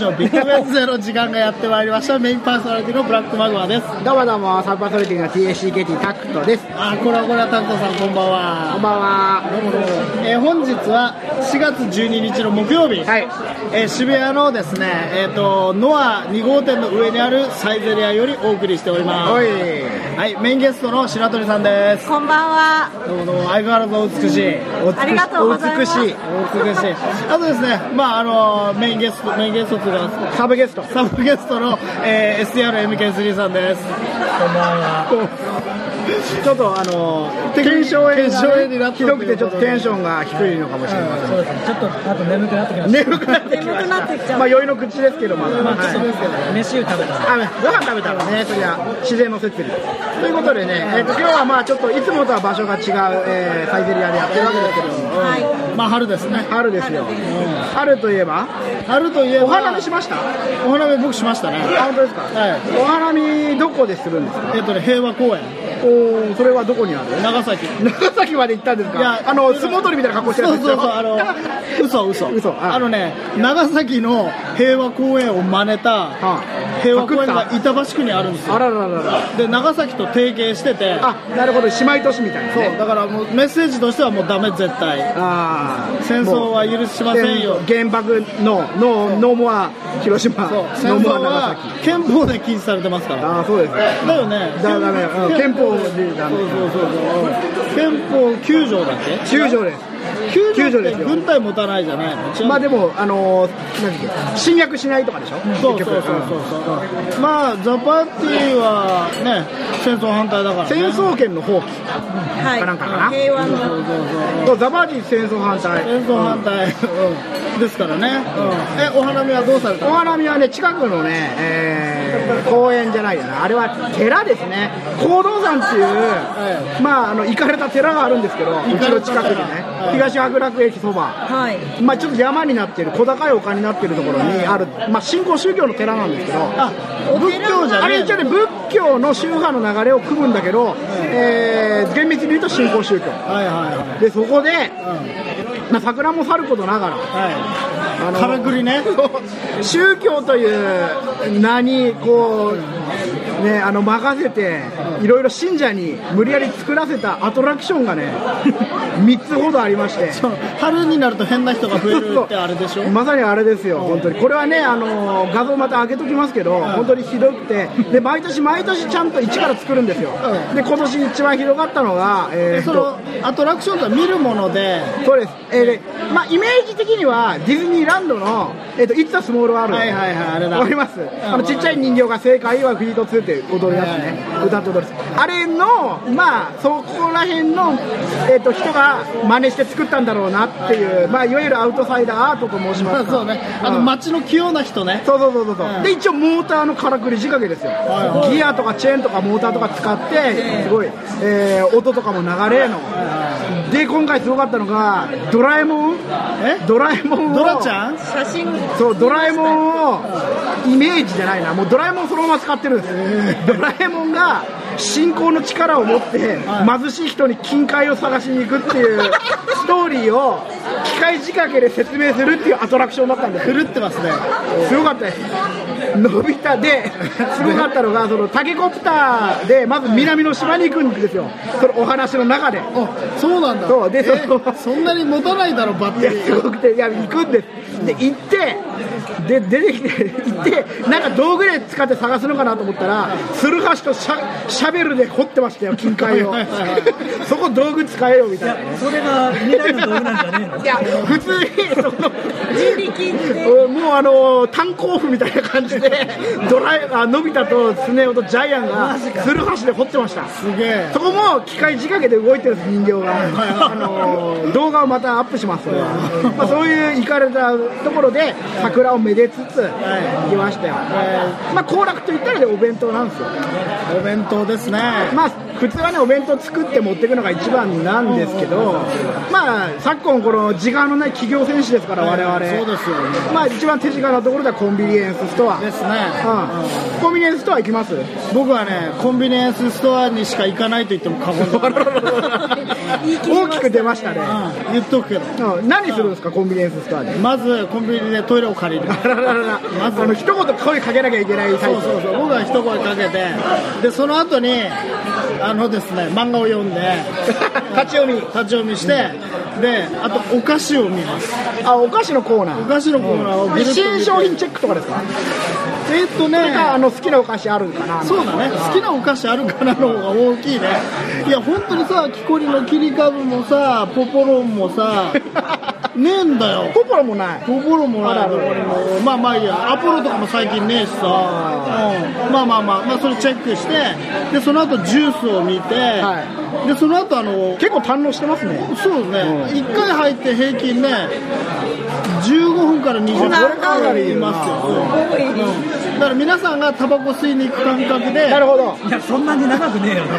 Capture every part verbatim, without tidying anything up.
ジオビッグベンズの時間がやってまいりました。メインパーソナリティのブラックマグマです。 どうもどうも、サブパーソナリティの ティーエーシーケーティー タクトです。 あ、これはこれはタクトさん、こんばんは。 こんばんは。 どうもどうも。えー、本日はしがつじゅうににちの木曜日、はい、えー、渋谷のですね、えーと、ノアに号店の上にあるサイゼリアよりお送りしております。 はい、 はい、メインゲストの白鳥さんです。 こんばんは。 どうもどうも。相変わらずお美しい。 お美しい。ありがとうございます。 お美しい。お美しい。あとですね、まああのメインゲストメインゲストというかサブゲストサブゲストの、えー、エスティーアールエムケースリー さんです。 こんばんは。 ちょっとあのテンションがひどくてちょっとテンションが低いのかもしれません。 そうですね。ちょっとあと眠くなってきました。 眠くなってきました。 眠くなってきちゃう。 まあ酔いの口ですけども、 まあちょっとですけど、飯を食べた。 あ、ご飯食べたらね、そりゃ自然の摂理。ということでね、えっと今日はまあちょっといつもとは場所が違う、えー、サイゼリアでやってるわけですけども、 はい。 まあ春ですね。 春ですよ。春といえば、 春といえばお花見しました？ お花見僕しましたね。 あ、本当ですか？ はい。 お花見どこでするんですか？ えっとね、平和公園。 おー、それはどこにある？ 長崎。 長崎まで行ったんですか？ いや、 あの相撲取りみたいな格好してるんですよ。 そうそうそう、あの嘘嘘嘘。 あのね、長崎の平和公園を真似た平和公園が板橋区にあるんですよ。 あらららら。 で長崎と提携してて、 あ、なるほど、姉妹都市みたいな、ね。 そうだからもうメッセージとしてはもうダメ絶対。 ああ、 戦争は許しませんよ。 原爆のノーノーモア広島、 そう戦争は憲法で禁止されてますから。 ああ、そうです。 だよね。 だダメ、うん、憲法でダメ。 そうそうそうそう。憲法きゅう条だっけ？ きゅう条です。 きゅう条って軍隊持たないじゃないの？ まあでもあのー、何だっけ、侵略しないとかでしょ。 そうそうそうそうそう。まあザパーティーはね戦争反対だからね。 戦争権の放棄かなんかかな。 平和の。 そうそうそう。 そう、ザパーティー戦争反対。 戦争反対、うん、ですからね。うん、え、お花見はどうされたの？ お花見はね、近くのね、えー、公園じゃないよな、あれは寺ですね。行道山っていう、はい、まああの行かれた寺があるんですけど、うちの近くにね、はい、東白楽駅そば、はい、まあちょっと山になってる、小高い丘になってるところにある、まあ新興宗教の寺なんですけど、 あ、仏教じゃねえ。 あれ一応ね、仏教の宗派の流れを組むんだけど、はい、えー、厳密に言うと新興宗教。はいはいはい。でそこで、うん、まあ桜もさることながら、はい、あのからくりね。 宗教という名にこうね、あの任せていろいろ信者に無理やり作らせたアトラクションがねみっつほどありまして、 春になると変な人が増えるってあれでしょ。 まさにあれですよ、本当に。これはね、あの画像また上げときますけど、本当にひどくて、で毎年毎年ちゃんと一から作るんですよ。で今年一番ひどかったのが、えー、 そのアトラクションとは見るもので、 そうです。えーでまあ、イメージ的にはディズニーランドの「えー、と It's a Small World」、 はいはいはい、あれだ。 わかります？あのちっちゃい人形が正解はフィートツーって踊るやつね、歌って踊る。あれのまあそこら辺の、えー、と人が真似して作ったんだろうなっていう、まあ、いわゆるアウトサイダーアートと申しますか。 そうね、あの街の器用な人ね。 そうそうそうそう、うん、で一応モーターのからくり仕掛けですよ、はい、ギアとかチェーンとかモーターとか使ってすごい、えー、音とかも流れの、はい、で今回すごかったのがドラえもんえドラえもんをドラちゃん写真、 そうドラえもんをイメージじゃないな、もうドラえもんそのまま使ってるんです。ドラえもんが信仰の力を持って貧しい人に金塊を探しに行くっていうストーリーを機械仕掛けで説明するっていうアトラクションだったんです。 狂ってますね。 すごかったです。のび太ですごかったのが、そのタケコプターでまず南の島に行くんですよ、そのお話の中で。 あ、そうなんだ。 そうで、 えー、そ, そんなに持たないだろバッテリー。 いやすごくて、いや行くんです。で行ってで出てきて行ってなんか道具で使って探すのかなと思ったら、ツルハシとシ ャ, シャベルで掘ってましたよ、金塊を。そこ道具使えよみたいな、ね、 いやそれが未来の道具なんじゃねえの。 いや普通にその人力でもうあの炭鉱夫みたいな感じでドライあのび太とスネ夫とジャイアンがツルハシで掘ってました。 すげえ。 そこも機械仕掛けで動いてるんです、人形が。あの動画をまたアップします、それは。まあ、そういう行かれたところで桜をめでつつ行きましたよ。まあ行楽といったらでお弁当なんですよ。 お弁当ですね。 まあ普通はねお弁当作って持っていくのが一番なんですけど、まあ昨今この時間のない企業戦士ですから我々、 そうですよね。 まあ一番手近なところではコンビニエンスストアですね。 うん、コンビニエンスストア行きます？ 僕はねコンビニエンスストアにしか行かないと言っても過言ではない。 大きく出ましたね、 うん、言っとくけど、 うん、何するんですか、コンビニエンスストアで。 まずコンビニでトイレを借りる。 あらららら、まずあの一言声かけなきゃいけないタイプ。 そうそうそう、僕は一声かけて、でその後にあのですね漫画を読んで立ち読み立ち読みして、うん、であとお菓子を見ます。 あ、お菓子のコーナー。 お菓子のコーナーをぐるっと見て、 新商品チェックとかですか。 えーっとね、 あの好きなお菓子あるかな。 そうだね、好きなお菓子あるかなの方が大きいね。いや本当にさ、キコリの切り株もさ、ポポロンもさねえんだよ。 ポポロもない。 ポポロもない。 あるある。 まあまあいいや、アポロとかも最近ねえしさ、うん、まあまあまあ、まあ、それチェックして、でその後ジュースを見て、はい、でその後あの結構堪能してますね。 そうですね、うん、いっかい入って平均ねじゅうごふんからにじゅっぷんかかりますよ、うん、だから皆さんがタバコ吸いに行く感覚で。 なるほど。 いやそんなに長くねえよ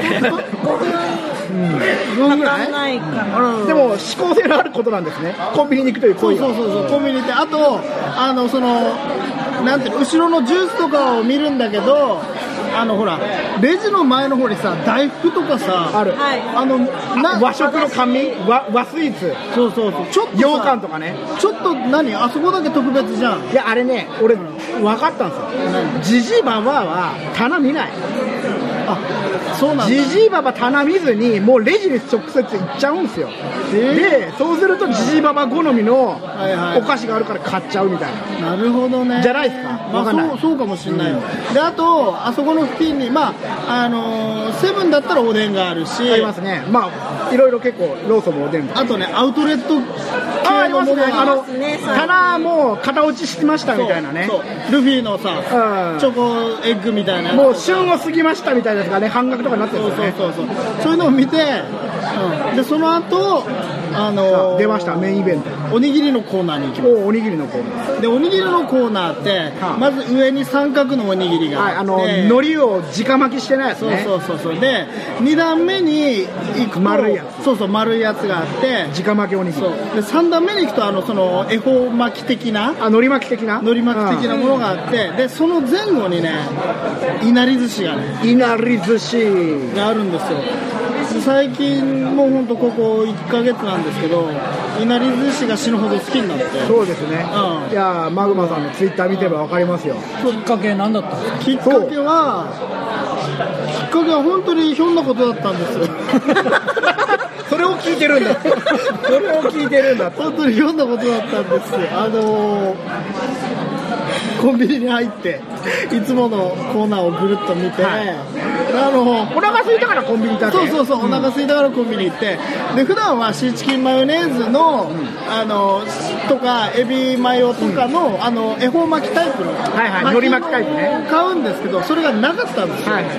ごふんぐらいないかな。 でも思考性のあることなんですね、コンビニに行くという行為が。 そうそうそうそう、コンビニ行って、あとあのそのなんていうの、後ろのジュースとかを見るんだけど、あのほらレジの前の方にさ大福とかさある、 あのな和食の甘味、和, 和スイーツ、 そうそうそう、ちょっと羊羹とかね、 ちょっと何あそこだけ特別じゃん。 いやあれね、俺分かったんですよ。ジジイババアは棚見ない。 あ、そうなんだ。 ジジイババ棚見ずにもうレジに直接行っちゃうんですよ、えー、でそうするとジジイババ好みのお菓子があるから買っちゃうみたいな。 なるほどね。 じゃないですか。 まあ、そうそうかもしれないよ、うん、であとあそこの付近に、まああのー、セブンだったらおでんがあるし、 ありますね。まあいろいろ結構ローソンもおでんもあとねアウトレット系のものが、あの棚も型落ちしてましたみたいなね。 そうそう、ルフィのさ、うん、チョコエッグみたいな、 もう旬を過ぎましたみたいなやつがね半額とかになってるんですよね。 そうそうそうそう、そういうのを見て、うん、でその後あのー、 出ましたメインイベント、 おにぎりのコーナーに行きます。 お, おにぎりのコーナーでおにぎりのコーナーって、はあ、まず上に三角のおにぎりがあって、はい、あの海苔を直巻きしてないやつね。 そうそうそうそう、でに段目に行くと丸いやつ、 そうそう丸いやつがあって直巻きおにぎり、 そうでさん段目に行くとあのその恵方巻き的な、 あ海苔巻き的な海苔巻き的なものがあって、うん、でその前後にねいなり寿司がねいなり寿司があるんですよ。最近もう本当ここいっかげつなんですけど、いなり寿司が死ぬほど好きになって。 そうですね、うん、いやマグマさんのツイッター見てば分かりますよ。 きっかけ何だったんですか。 きっかけはきっかけは本当にひょんなことだったんですよそれを聞いてるんだそれを聞いてるんだ本当にひょんなことだったんですよ。あのーコンビニに入っていつものコーナーをぐるっと見て、はい、あのお腹空いたからコンビニ行ったわけ。 そうそうそう、お腹空いたからコンビニ行って、で普段はシーチキンマヨネーズの、うん、あのとかエビマヨとかの、うん、あの恵方巻きタイプの、 はいはい、海苔巻きタイプね買うんですけど、それがなかったんですよ、はいはい、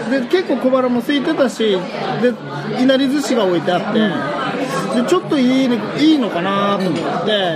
で, で結構小腹も空いてたし、でいなり寿司が置いてあって、うん、でちょっといい, いいのかなと思って、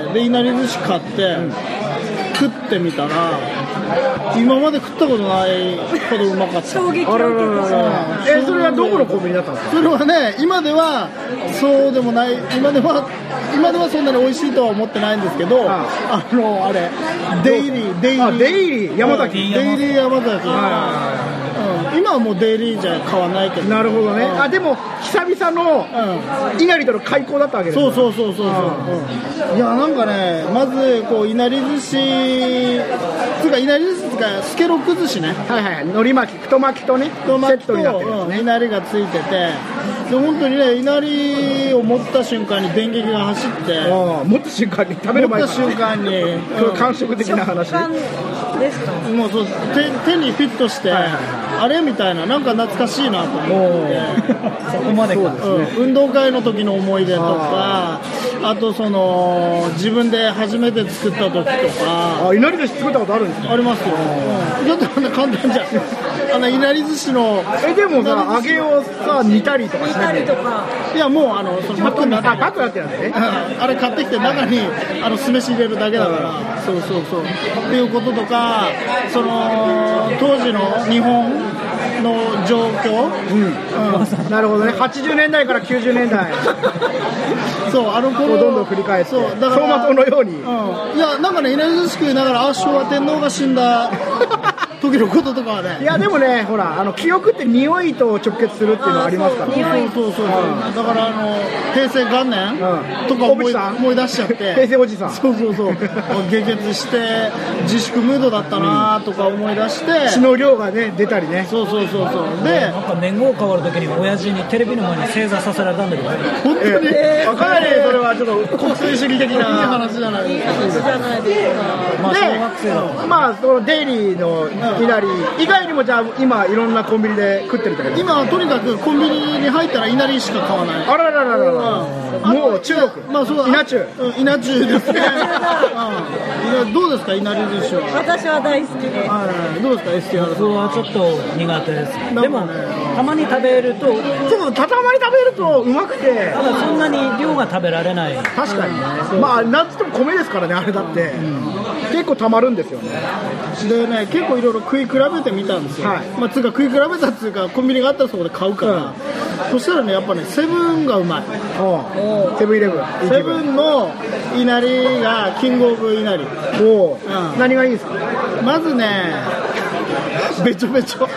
うん、でいなり寿司買って、うん、食ってみたら今まで食ったことないほどうまかった。 衝撃を受けた。 えそれはどこのコンビニだったんですか。 それはね今ではそうでもない、今では今ではそんなに美味しいとは思ってないんですけど、あ, あのあれデイリーデイリーデイリー山崎、 デイリー山崎、うん、今はもうデイリーじゃ買わないけど。 なるほどね、うん、あでも久々のいなりとの開口だったわけですね。 そうそうそうそうそう、うん、いやなんかねまずこういなり寿司つうかいなり寿司つうかスケロク寿司ね、 はいはい、海苔巻き太巻きとね太巻きとセットになってるんですね、 うん、いなりがついてて、で本当にねいなりを持った瞬間に電撃が走って、 あ持った瞬間に食べる前から持った瞬間に、 うん、感触的な話ですか。 もうそう 手, 手にフィットして、はいはいはい、あれみたいな、なんか懐かしいなと思ってそこまでか、 そうですね、うん、運動会の時の思い出とか、あとその自分で初めて作った時とか。 あいなり寿司作ったことあるんですか。 ありますよ、うん、だってあんな簡単じゃんあのいなり寿司のえでもさ揚げをさ煮たりとかしないとか。 いやもうあのそのパックになってる、 パックになってるんですねあれ買ってきて中にあの酢飯入れるだけだから、そうそうそうっていうこととか、その当時の日本の状況、うんうん、なるほどね、はちじゅうねんだいからきゅうじゅうねんだいそうあの頃どんどん繰り返して、 そうだから走馬灯のように、 うん、いやなんかねいなり寿司食いながら、あ昭和天皇が死んだ時時のこととかはね。 いやでもね、ほらあの記憶って匂いと直結するっていうのがありますからね。 そうそうそうそう、だからあの平成元年とか思い、思い出しちゃって平成おじさん、 そうそうそう下血して自粛ムードだったなとか思い出して、 血の量がね出たりね。 そうそうそうそうで、 なんか年号変わるときに親父にテレビの前に正座させられたんだけど、 本当に、 えー、かなりそれはちょっと国粋主義的ないい話じゃないですか。 まあ小で学生だとまあそのデイリーのいなり以外にもじゃあ今いろんなコンビニで食ってるってこと。 今はとにかくコンビニに入ったらいなりしか買わない。 あららららら、もう中国、 まあそうだ、 稲中、 うん、稲中ですね。うん、どうですか、いなり寿司は。 私は大好きです。 はい、どうですか、エスティハルさん。 僕はちょっと苦手です。 ね、 でもたまに食べると、 そうたまに食べるとうまくて、 ただそんなに量が食べられない。 確かにね。まあなんつっても米ですからね、あれだって、うん、結構たまるんですよね。 でね、結構いろいろ食い比べてみたんですよ。はい、まあつうか食い比べたっていうかコンビニがあったらそこで買うから。うん、そしたらね、やっぱね、セブンがうまい。 セブンイレブン。 セブンのいなりがキングオブいなり。 お、うん、何がいいですか。 まずね、べちょべちょ。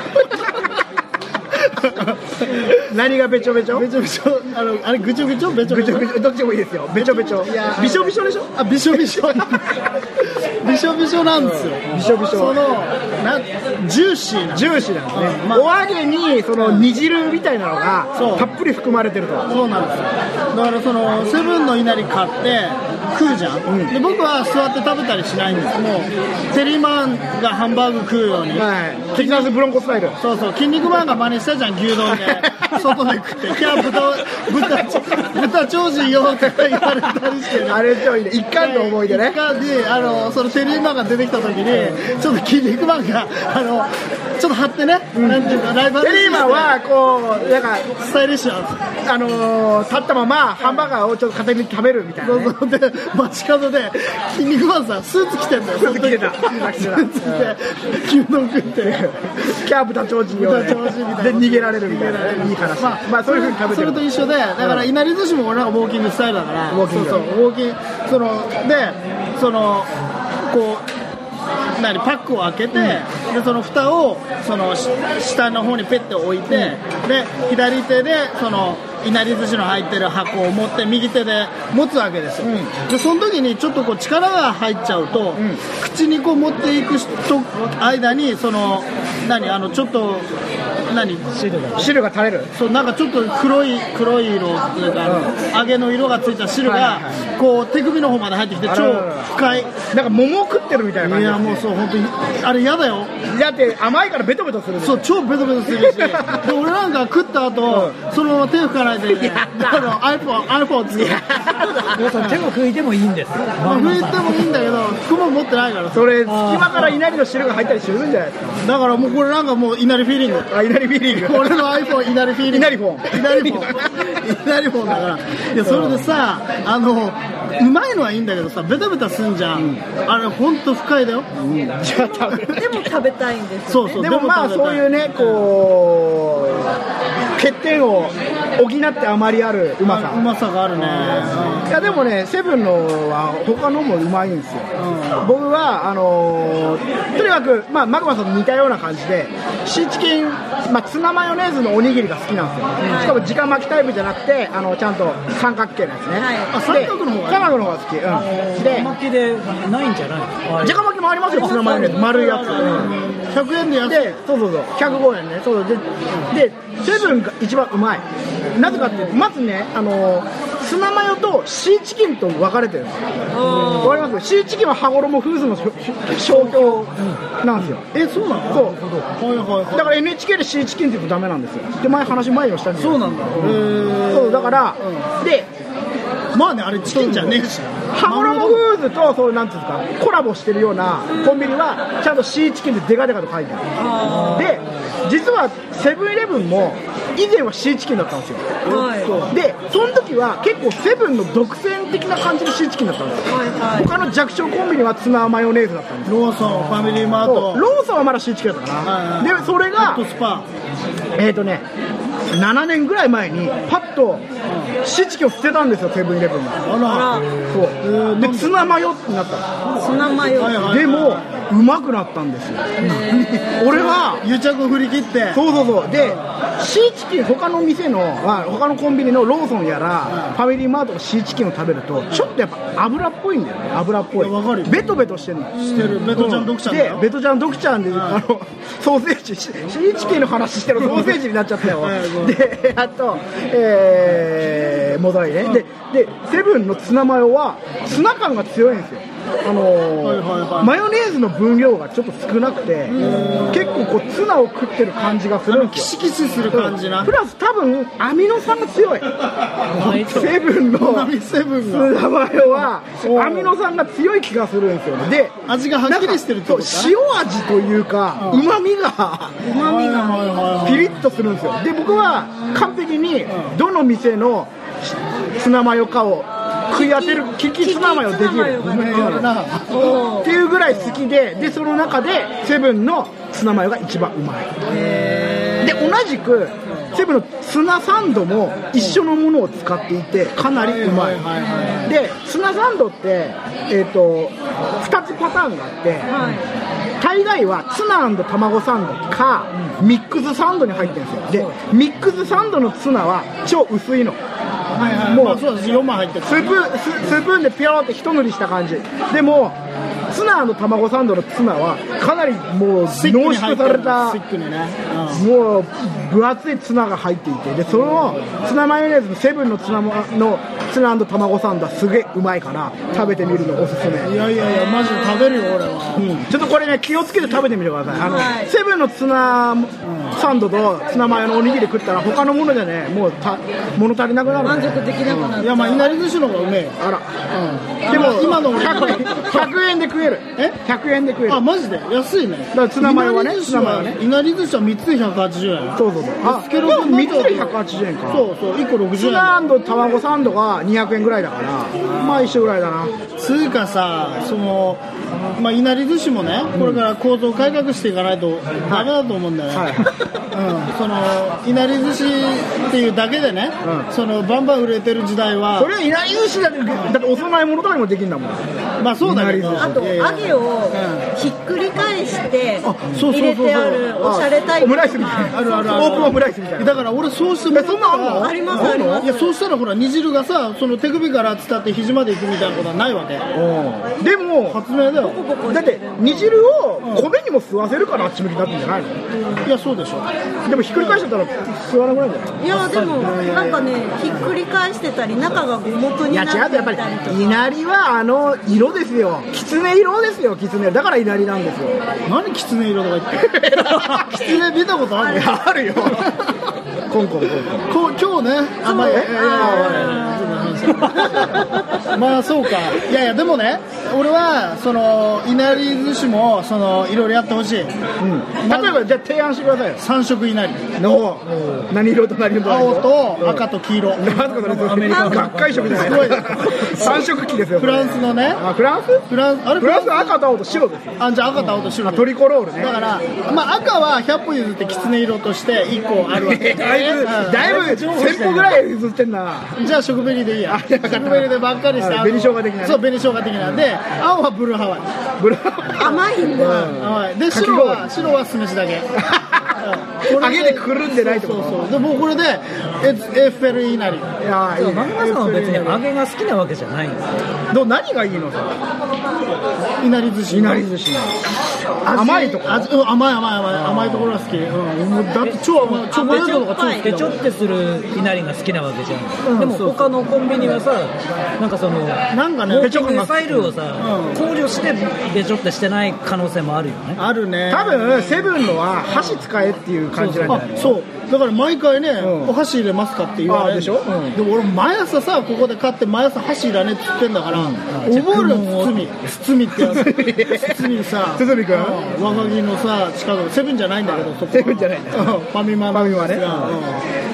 何がべちょべちょ？ べちょべちょ、あのあれぐちょぐちょべちょべちょ、 どっちもいいですよ。べちょべちょ。びしょびしょでしょ？ あ、びしょびしょ。びしょびしょなんですよ。 びしょびしょ。 そのなジューシーな。 ジューシーなんですね。うん、まあ、お揚げにその煮汁みたいなのがたっぷり含まれてると。 そうなんですよ。だからそのセブンのいなり買って食うじゃん。うん、で僕は座って食べたりしないんですけど、テリーマンがハンバーグ食うように。 はい。テキサスブロンコスタイル。 そうそう。筋肉マンが真似したじゃん、牛丼で。外で食って、キャー豚、豚、豚長寿よって言われたりして、ね、 あれ超いいね。一貫の思い出ね。 一貫で、あの、そのテリーマンが出てきた時に、ちょっと筋肉マンが、あの、ちょっと張ってね、うん、なんていうか、ライバルテリーマンは、こう、なんか、 スタイリッシュなんですあのー、立ったまま、ハンバーガーをちょっと片手に食べるみたいな、ね。 そうそう。で、街角で、筋肉マンさん、スーツ着てんだよ。 スーツ着てた。スーツ着て、牛丼食って、 キャー豚長寿よ、ね。豚長寿みたいな。で、逃げられるみたいな。いい話。まあ、まあ、そういう風に食べてる。 それと一緒で、だからいなり寿司も俺なんかウォーキングスタイルだから、 ウォーキング、 そうそう、ウォーキング、そので、そのこう何パックを開けて、うん、でその蓋をその下の方にペッて置いて、うん、で左手でそのいなり寿司の入ってる箱を持って右手で持つわけですよ、うん、でその時にちょっとこう力が入っちゃうと、うん、口にこう持っていく間にその何あのちょっと何汁が汁が垂れる。 そうなんかちょっと黒い黒い色っていうか、うん、揚げの色がついた汁がこう手首の方まで入ってきて超深い。 なんか桃を食ってるみたいな感じ。 いやもうそう本当にあれ嫌だよ。 だって甘いからベトベトする。 そう超ベトベトするし。で俺なんか食った後、うん、そのまま手拭かないでね。あの iPhone iPhone つけて。 手も拭いてもいいんです。 まあ拭いてもいいんだけど服も持ってないから。 それ隙間からいなりの汁が入ったりするんじゃないですか。 だからもうこれなんかもういなりフィーリング。 あいなりフィーリング。 俺の iPhone いなりフィーリング。 いなりフォン。 いなりフォン。いなりフォンだから。いやそれでさあのうまいのはいいんだけどさベタベタすんじゃん。うん、あれ本当不快だよ。うん、じゃあ食べ。でも食べたいんですよ、ね。 そうそう。 でもまあそういうねこう欠点を補ってあまりあるうまさ。 うまさがあるね。 うん、いやでもねセブンのは他のもうまいんですよ。うん、僕はあのー、とにかくまあマグマさんと似たような感じでシーチキンまあツナマヨネーズのおにぎりが好きなんですよ。うん、しかも直巻きタイプじゃなくてあのちゃんと三角形のやつね。はい、 あ三角の方が三角の方が好き。うん、で直巻きでないんじゃない？ 直巻きもありますよツナマヨネーズ丸いやつ。うん、 ひゃくえんで安い。 でそうそうそうひゃくごえんね。そうででセブンが一番うまい。なぜかっていうとまずねあのツナマヨとシーチキンと分かれてるんですよ。わかります？シーチキンは羽衣フーズの商標なんですよ。 えそうなの？ そう。 はいはいはい。 だから エヌエイチケー でシーチキンって言うとダメなんですよ。で前話前にもしたんですよ。 そうなんだ。へー。 そうだから、うん、でまあねあれチキンじゃねえし。 羽衣フーズとそうなんていうんですかコラボしてるようなコンビニはちゃんとシーチキンでデカデカと書いてある。で実はセブンイレブンも以前はシーチキンだったんですよ。はい、でその時は結構セブンの独占的な感じのシーチキンだったんですよ。はいはい、他の弱小コンビニはツナマヨネーズだったんですよ。 ローソンファミリーマートローソンはまだシーチキンだったかな。はいはい、でそれがホットスパえっ、ー、とねななねんぐらい前にパッとシーチキンを捨てたんですよ、セブンイレブンが。 あら、 そうでツナマヨってなったツナマヨ、 はいはいでもうまくなったんですよ。俺は癒着振り切って、 そうそうそうでシーチキン他の店のあ他のコンビニのローソンやらファミリーマートのシーチキンを食べるとちょっとやっぱ油っぽいんだよね。油っぽい、 いやわかるよベトベトしてるのしてるベトちゃんドクちゃんだよでベトちゃんドクちゃんで、あのソーセージシーチキンの話してるソーセージになっちゃったよ。であとえー、戻りね、ででセブンのツナマヨはツナ感が強いんですよ。あのーはいはいはいマヨネーズの分量がちょっと少なくて結構こうツナを食ってる感じがするんキですよ。 シキシする感じな。 プラス多分アミノ酸が強いセブンのセブンツがナマヨはアミノ酸が強い気がするんですよね。で味がはっきりしてるってことかそう塩味というかうまみがうまみがピリッとするんですよ。で僕は完璧にどの店のツナマヨかを食い当てるキキツナマヨできるっていうぐらい好きで、でその中でセブンのツナマヨが一番うまい。で同じくセブンのツナサンドも一緒のものを使っていてかなりうまい。でツナサンドってえっとふたつパターンがあって、大概はツナ&卵サンドかミックスサンドに入ってるんですよ。でミックスサンドのツナは超薄いの。 はいはい、 もうまあそうです、よんまん入ってるスープススプーンでピョーって一塗りした感じでもツナの卵サンドのツナはかなりもう濃縮されたシックにね、 もう分厚いツナが入っていて、でそのツナマヨネーズのセブンのツナのツナ&卵サンドはすげえうまいから食べてみるのおすすめ。 いやいやいやマジで食べるよ俺は、 うん、ちょっとこれね気をつけて食べてみてください。あの、 はい、 セブンのツナサンドとツナマヨのおにぎり食ったら他のものじゃねもうた物足りなくなる、ね、 満足できなくなる。 いやまあいなり寿司の方がうめえよ。 あら、 うん、 でも今のひゃくえん、ひゃくえんで食える。 えひゃくえんで食える。 あマジで安いね。 だからツナマヨはねいなり寿司はねいなり寿司はみっつでひゃくはちじゅうえん。 そうそうそう。あ、 スケロクみっつでひゃくはちじゅうえんか。 そうそういっころくじゅうえん。 ツナ&卵サンドがにひゃくえんぐらいだからまあ一緒ぐらいだな。 つうかさそのまあいなり寿司もねこれから構造改革していかないとダメだと思うんだよね。 はいうん、そのいなり寿司っていうだけでね、 うん、 そのバンバン売れてる時代はそれはいなり寿司だってだってお供え物とかにもできるんだもん。 まあそうだけどあと揚げをひっくり返して入れてあるおしゃれタイプオムライスみたいなあるあるあるオープンオムライスみたいな。 だから俺そうしてもらったらえそんなあんのありますあります。 いやそうしたらほら煮汁がさその手首から伝って肘まで行くみたいなことはないわけ。 うんでも発明だよ。 だって煮汁を米にも吸わせるからあっち向きになってんじゃないの。 いやそうでしょ。 でもひっくり返しちゃったら吸わなくなるんじゃない。 いやでもなんかねひっくり返してたり中が五目にいやなって違うとやっぱたりとか。 りいなりはあの色ですよ。きつね色ですよ。きつねだからいなりなんですよ。 何キツネ色とか言ってキツネ見たことある？ いやあるよ。コンコンコンコン。 こ今日ねあまあいやいやいやまあそうか。いやいやでもね俺はそのいなり寿司もそのいろいろやってほしい。 うん、例えばじゃあ提案してくださいよ。 三色いなりの何色と何色と何色。 青と赤と黄色。 なんとかそれアメリカの学会色じゃすごいない。三色旗ですよ。 フランスのねあフランス？ フランスあれフランスは赤と青と白ですよ。 あじゃあ赤と青と白あトリコロールね。 だからまあ赤はひゃっぽ譲ってきつね色としていっこあるわけ。 だいぶだいぶせんぽぐらい譲ってんな。 じゃあ食紅でいいや。 あ分かった食紅でばっかりして紅生姜的なねそう紅生姜的なで青はブルーハワイ。 ブラ甘いんだ。 はい、で白は白は酢飯だけ。 揚げでくるんでないってこと。 そうそうでもうこれでエエッフェルいなり。 いやいいね。 漫画さんは別に揚げが好きなわけじゃないんですよ。 どう何がいいのさ。 いなり寿司。 いなり寿司。甘いとこ。 味うん甘い甘い甘い甘いところが好き。うんもうだって超甘いチョコレートとか超好きだもん。 べちょってするいなりが好きなわけじゃん。でも他のコンビニはさなんかそのなんかねウォーキングスタイルをさ、 うん考慮してべちょってしてない可能性もあるよね。 あるね。 多分セブンのは箸使えっていう感じなんじゃないの。 あそうだから毎回ね、 うんお箸入れますかって言われるあでしょうんでも俺毎朝さここで買って毎朝箸いらねえっつってんだから、覚えるよ包み包みってやつ包みさ包みくんうん若木のさ近くセブンじゃないんだけどそこセブンじゃないんだうんファミマのファミマねうん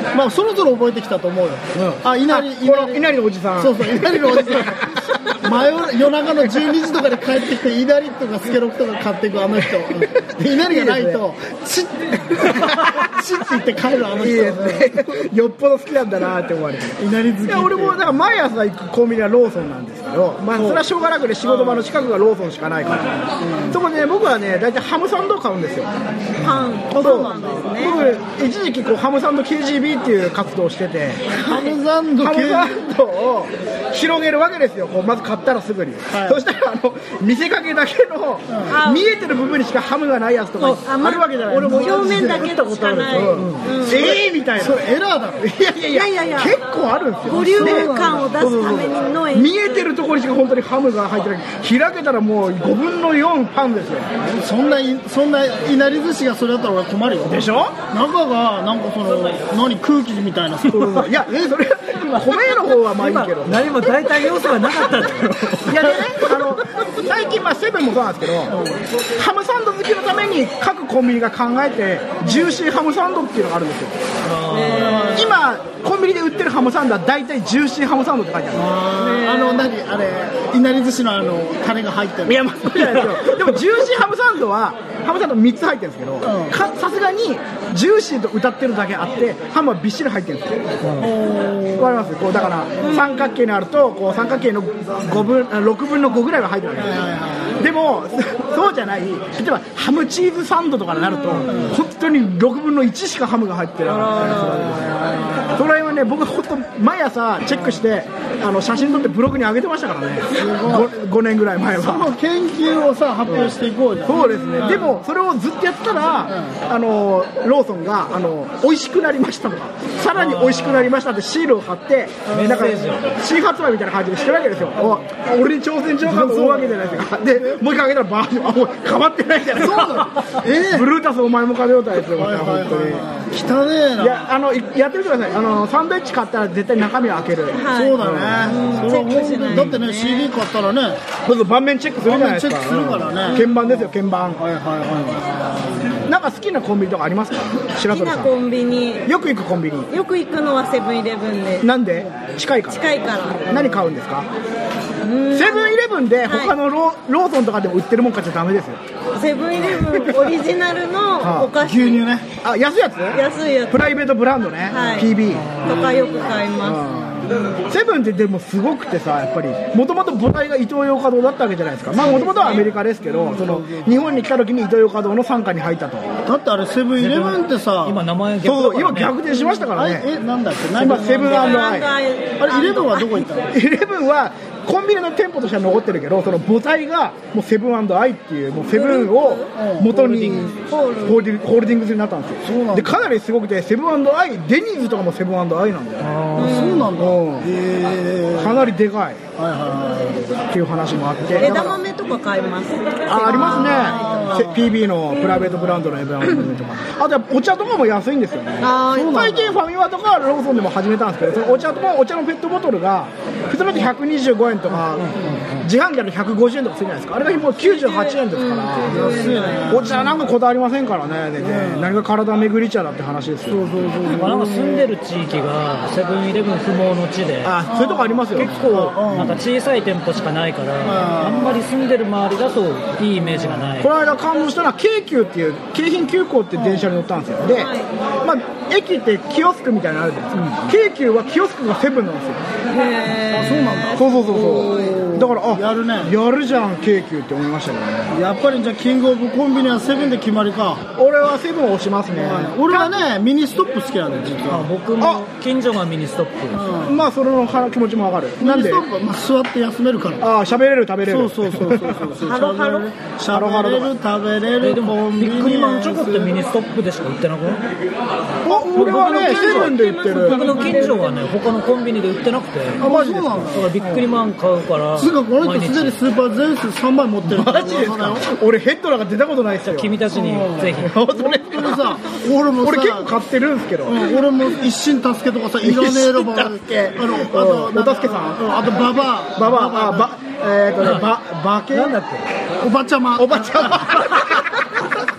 まあそろそろ覚えてきたと思うよ、うん、あ、稲荷稲荷のおじさん、 そうそう、稲荷のおじさん真夜, 夜中のじゅうにじとかで帰ってきて稲荷とかスケロクとか買っていくあの人稲荷がないとチッチッって言って帰るあの人。いいですねよっぽど好きなんだなって思われて、 稲荷好きって。いや俺もだから毎朝行くコンビニはローソンなんですけど、まあそれはしょうがなくて仕事場の近くがローソンしかないから、うん、そこで、ね、僕はね大体ハムサンドを買うんですよ。 パン、そうなんですね。 僕一時期こうハムサンド ケージービー っていう活動をしてて、 ハムサンドハムサンドを広げるわけですよ。こうまず買ったらすぐに、はい、そしたらあの見せかけだけの、うん、見えてる部分にしかハムがないやつとかあるわけじゃない。 俺も表面だけしかない、うんうん、えーみたいな。 それエラーだろ。 いやいやいや、いやいや結構あるんですよ。 ボリューム感を出すための見えてるところにしか本当にハムが入ってない。開けたらもうごぶんのよんパンですよ。 そんなそんないなり寿司がそれだったら俺困るよ。 でしょ。 中がなんかその何空気みたいな。 いやえそれ米の方はまあいいけど。 何も代替要素がなかったんだよ。 いやでね、あの最近まあセブンもそうなんですけど、ハムサンド好きのために各コンビニが考えてジューシーハムサンドっていうのがあるんですよ。今コンビニで売ってるハムサンドは大体ジューシーハムサンドって書いてある。 ああの何あれいなり寿司のあのタレが入ってる。 いやまあそうじゃないですよ。でもジューシーハムサンドはハムサンドみっつ入ってるんですけど、さすがにジューシーと歌ってるだけあってハムはびっしり入ってるんですよ。わかります？こうだから三角形にあるとこう三角形のごぶんろくぶんのごぐらいは入ってるわけですよ。でもそうじゃない、例えばハムチーズサンドとかになると本当にろくぶんのいちしかハムが入ってる。それはね僕は本当毎朝チェックしてあの写真撮ってブログに上げてましたからね。 5, ごねんぐらい前は。 その研究をさ発表していこうじゃん。 そうですね、うん、でもそれをずっとやったら、うん、あのローソンがあの美味しくなりましたとかさらに美味しくなりましたってシールを貼ってなんか新発売みたいな感じでしてるわけですよ。俺に挑戦状感と思うわけじゃないですか。でもう一回あげたらバージョンあもう変わってないじゃないですか。えー、ブルータスお前も食べようたやつよ。本当に汚ねえな。 いやあのやってみてください。あのサンドイッチ買ったら絶対中身を開ける、 はい、そうだね、うん、それは本当にだってね シーディー 買ったらねまず盤面チェックするじゃないですか。 チェックするからね、 うん、鍵盤ですよ鍵盤。 はいはいはい。 なんか好きなコンビニとかありますか？白鳥さん。 好きなコンビニよく行くコンビニ。 よく行くのはセブンイレブンで。 なんで？近いから。 近いから。 何買うんですか？セブンイレブンで他の ロ,、はい、ローソンとかでも売ってるもん買っちゃダメですよ。 セブンイレブンオリジナルのお菓子、 牛乳ね。 あ安いやつ？ 安いやつ。 プライベートブランドね、はい、ピービーとかよく買います。 セブンってでもすごくてさ、やっぱりもともと母体がイトーヨーカドーだったわけじゃないですか。まあもともとはアメリカですけど、その日本に来た時にイトーヨーカドーの傘下に入ったと。 だってあれセブンイレブンってさ今名前逆だからね。そう今逆転しましたからね。 えなんだっけ？ 今セブン&アイ。 あれイレブンはどこ行ったの？ イレブンはコンビニの店舗としては残ってるけど、その母体がもうセブン&アイっていうもうセブンを元にホールディングスになったんですよ。でかなりすごくてセブン&アイデニーズとかもセブン&アイなんだよ。 あそうなんだ。 へかなりでかい。はいはいはい、っていう話もあって枝豆とか買います。 あ、ありますね。 ピービー のプライベートブランドの枝豆とかあとお茶とかも安いんですよね。最近ファミマとかローソンでも始めたんですけど、そのお茶とかお茶のペットボトルが普通だとひゃくにじゅうごえんとか、自販機だとひゃくごじゅうえんとかするじゃないですか。あれがもうきゅうじゅうはちえんですから、安いね。お茶なんかこだわりませんからね。でね、何が体巡り茶だって話ですよ。そうそうそう。 なんか住んでる地域がセブンイレブン不毛の地で、 あ、そういうとこありますよ。 結構なんか小さい店舗しかないから、あんまり住んでる周りだといいイメージがない。 この間感動したのは京急っていう京浜急行って電車に乗ったんですよ。で、まあ駅ってキオスクみたいなのあるじゃないですか。京急はキオスクがセブンなんですよ。 へー、あ、そうなんだ。 そうそうそうそう。だからあやるね。 やるじゃん京急って思いましたけどね。 やっぱりじゃあキングオブコンビニはセブンで決まりか。 俺はセブンを押しますね。 俺はねミニストップ好きなんだよ実は。 僕も近所がミニストップです。 まあその気持ちもわかる。 なんで？ミニストップはまあ座って休めるから。 ああ喋れる食べれる。 そうそうそうそうそう。 ハロハロ。 喋れる食べれる。 でもビックリマンチョコってミニストップでしか売ってなくない？ あ、俺はねセブンで売ってる。 僕の近所はね他のコンビニで売ってなくて。 あ、マジですか。 だからビックリマン買うから。 つうかこの人すでにスーパーゼウスさんまい持ってる。 マジですか。俺ヘッドなんか出たことないですよ。 君たちにぜひ。 本当にさ、俺もさ、 俺結構買ってるんですけど。 俺も一心助けとかさいらねえろば。あのあとお助けさん。 あとババア。 ババア。あばえっとねババケなんだっけ。 おばちゃま。 おばちゃま。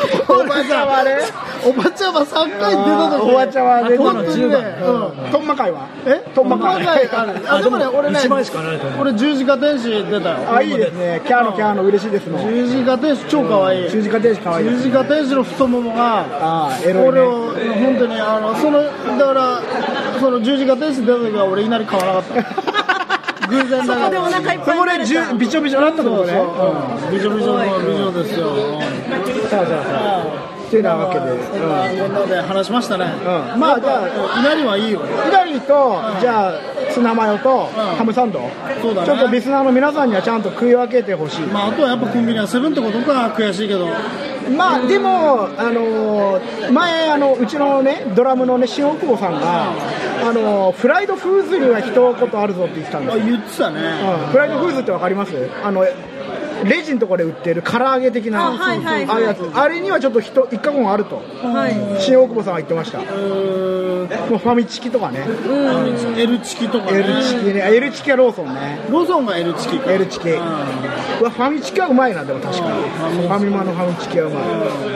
おばちゃんはね、 おばちゃんはさんかい出た時、 おばちゃんは出た本当にね、 うん、トンマ会はえトンマ会ある。あ、でもね、俺ね、 いちまいしかないと思う。 俺十字架天使出たよ。 あ、いいですね。キャーのキャーの嬉しいですの。 十字架天使超可愛い。 十字架天使可愛い。 十字架天使の太ももが、 あー、エロいね。 俺を本当にあのそのだからその十字架天使出た時は俺いきなり買わなかった。偶然だそこでお腹いっぱいになれた。 そこでびちょびちょなったところね。 うん、びちょびちょの美女ですよ。 さあさあさあ。っていうなわけで、 そんなこんなで話しましたね。 うん、まあじゃあ稲荷はいいよ。 稲荷とじゃあツナマヨとハムサンド、 そうだね、 ちょっとリスナーの皆さんにはちゃんと食い分けてほしい。 まああとはやっぱコンビニはセブンってことか悔しいけど。 まあでもあのー、前あのうちのねドラムのね新大久保さんがあのー、フライドフーズには一言あるぞって言ってたんですよ。 あ、言ってたね。 うん、フライドフーズってわかります？あのレジのところで売ってる唐揚げ的な、 あ、はいはいはい、 ああいうやつ、あれにはちょっと一一過言あると、 はい、 新大久保さんは言ってました。もうファミチキとかね、 うん、L チキとかね、 L チキね、L チキはローソンね、 ローソンが L チキか、 L チキ、うん、うわファミチキはうまいな。でも確かにファミマのファミチキはうまい。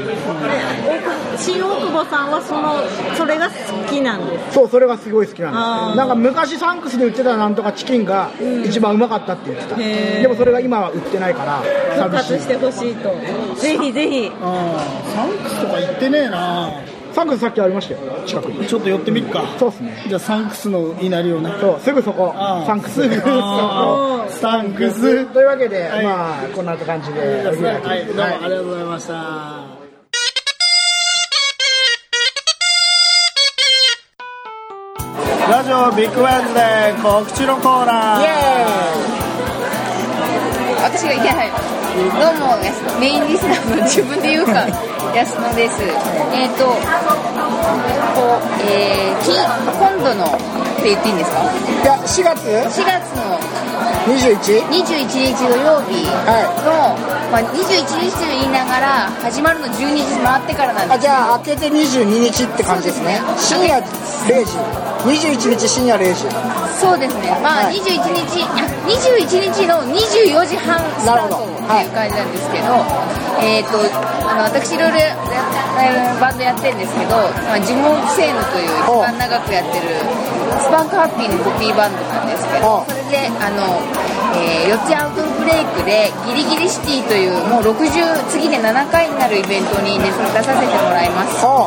新大久保さんはそのそれが好きなんです。 そう、それがすごい好きなんです。なんか昔サンクスで売ってたなんとかチキンが一番うまかったって言ってた、うん、でもそれが今は売ってないから復活してほしいと。ぜひぜひ。 サンクスとか行ってねえな。 サンクスさっきありましたよ、近くに。 ちょっと寄ってみっか。 そうですね。 じゃあサンクスの稲荷をね。 そう、すぐそこ。サンクス。 サンクス。 というわけで、はい、まあこんな感じで。 はい、どうもありがとうございました。ラジオビッグウェンズで告知のコーナー。イエーイ。私がいや、はい、どうもメインリスナーの自分で言うか安野です。えっ、ー、とこう、えー、今度のって言っていいんですか？ いや、しがつしがつのにじゅういちにじゅういちにち土曜日の、はい、まあ、にじゅういちにちと言いながら始まるのじゅうにじ回ってからなんです。 あ、じゃあ明けてにじゅうににちって感じですね。深夜れいじ、にじゅういちにち深夜れいじ。 そうですね。まあ、はい、にじゅういちにちにじゅういちにちのにじゅうよじはんスタートっていう感じなんですけど、はい、えっ、ー、とあの私いろいろバンドやってるんですけど、まあ、ジモンセーヌという一番長くやってるスパンクハッピーのコピーバンドなんですけど、それであの、えー、よっつアウトブレイクでギリギリシティというもうろくじゅう次でななかいになるイベントに、ね、出させてもらいます。 はい、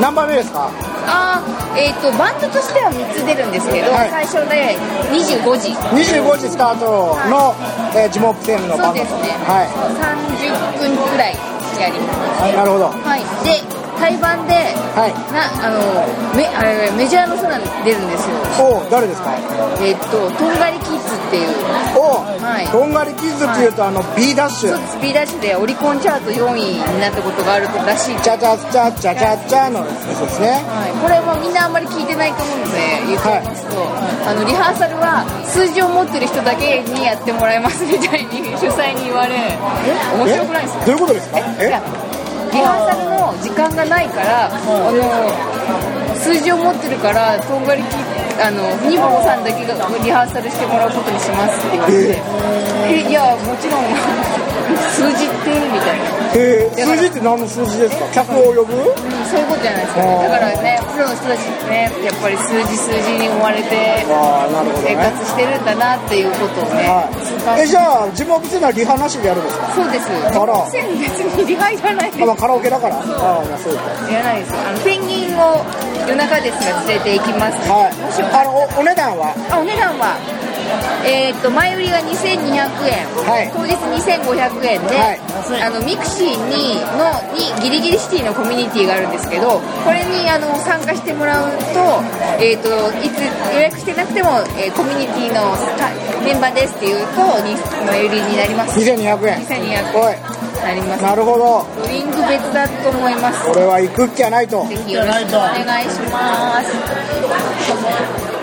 何番目ですか？ あえー、とバンドとしてはみっつ出るんですけど、はい、最初でにじゅうごじにじゅうごじスタートの、はい、えー、ジモップセーヌのバンド。 そうですね、 はい、 さんじゅっぷんくらいやります。 はい、なるほど。 はい、で対バンで、はい、なあの メ, あれメジャーの人が出るんですよ。 お誰ですか？ えっととんがりキッズっていう。 お、 はい、 とんがりキッズっていうと、はい、あの B ダッシュ。 そうです、 B ダッシュでオリコンチャートよんいになったことがあるらしい。 チャチャチャチャチャチャのやつですね。 はい、これもみんなあんまり聞いてないと思うので言ってますと、はい、あのリハーサルは数字を持ってる人だけにやってもらいますみたいに主催に言われ、面白くないですか？ どういうことですか？えリハーサルの時間がないから、あの数字を持ってるからとんがりきあのニボンさんだけがリハーサルしてもらうことにしますって言われて、えー、いやもちろん数字ってみたいな。 えー、数字って何の数字ですか？客を呼ぶ？うん、 そういうことじゃないですか、ね、だからねプロの人たちってねやっぱり数字数字に追われて生活してるんだなっていうことをね、 はい、えじゃあジモップセーヌはリハなしでやるんですか？ そうです。ジモップセーヌ別にリハいらないです。 あ、まあ、カラオケだから。ああ、そうか。 いらないです。あのペンギンを夜中ですが連れて行きます、ね。 はい。もしあの お, お値段は？ あ、お値段はえー、っと前売りがにせんにひゃくえん、はい、当日にせんごひゃくえんで、はい、あのミクシーにのにギリギリシティのコミュニティがあるんですけど、これにあの参加してもらうと、えー、っといつ予約してなくても、えー、コミュニティのメンバーですっていうと前売りになります。 にせんにひゃくえん。 にせんにひゃくえんなります。 なるほど。 ドリンク別だと思います。 これは行くっきゃないと。 ぜひよろしくお願いします。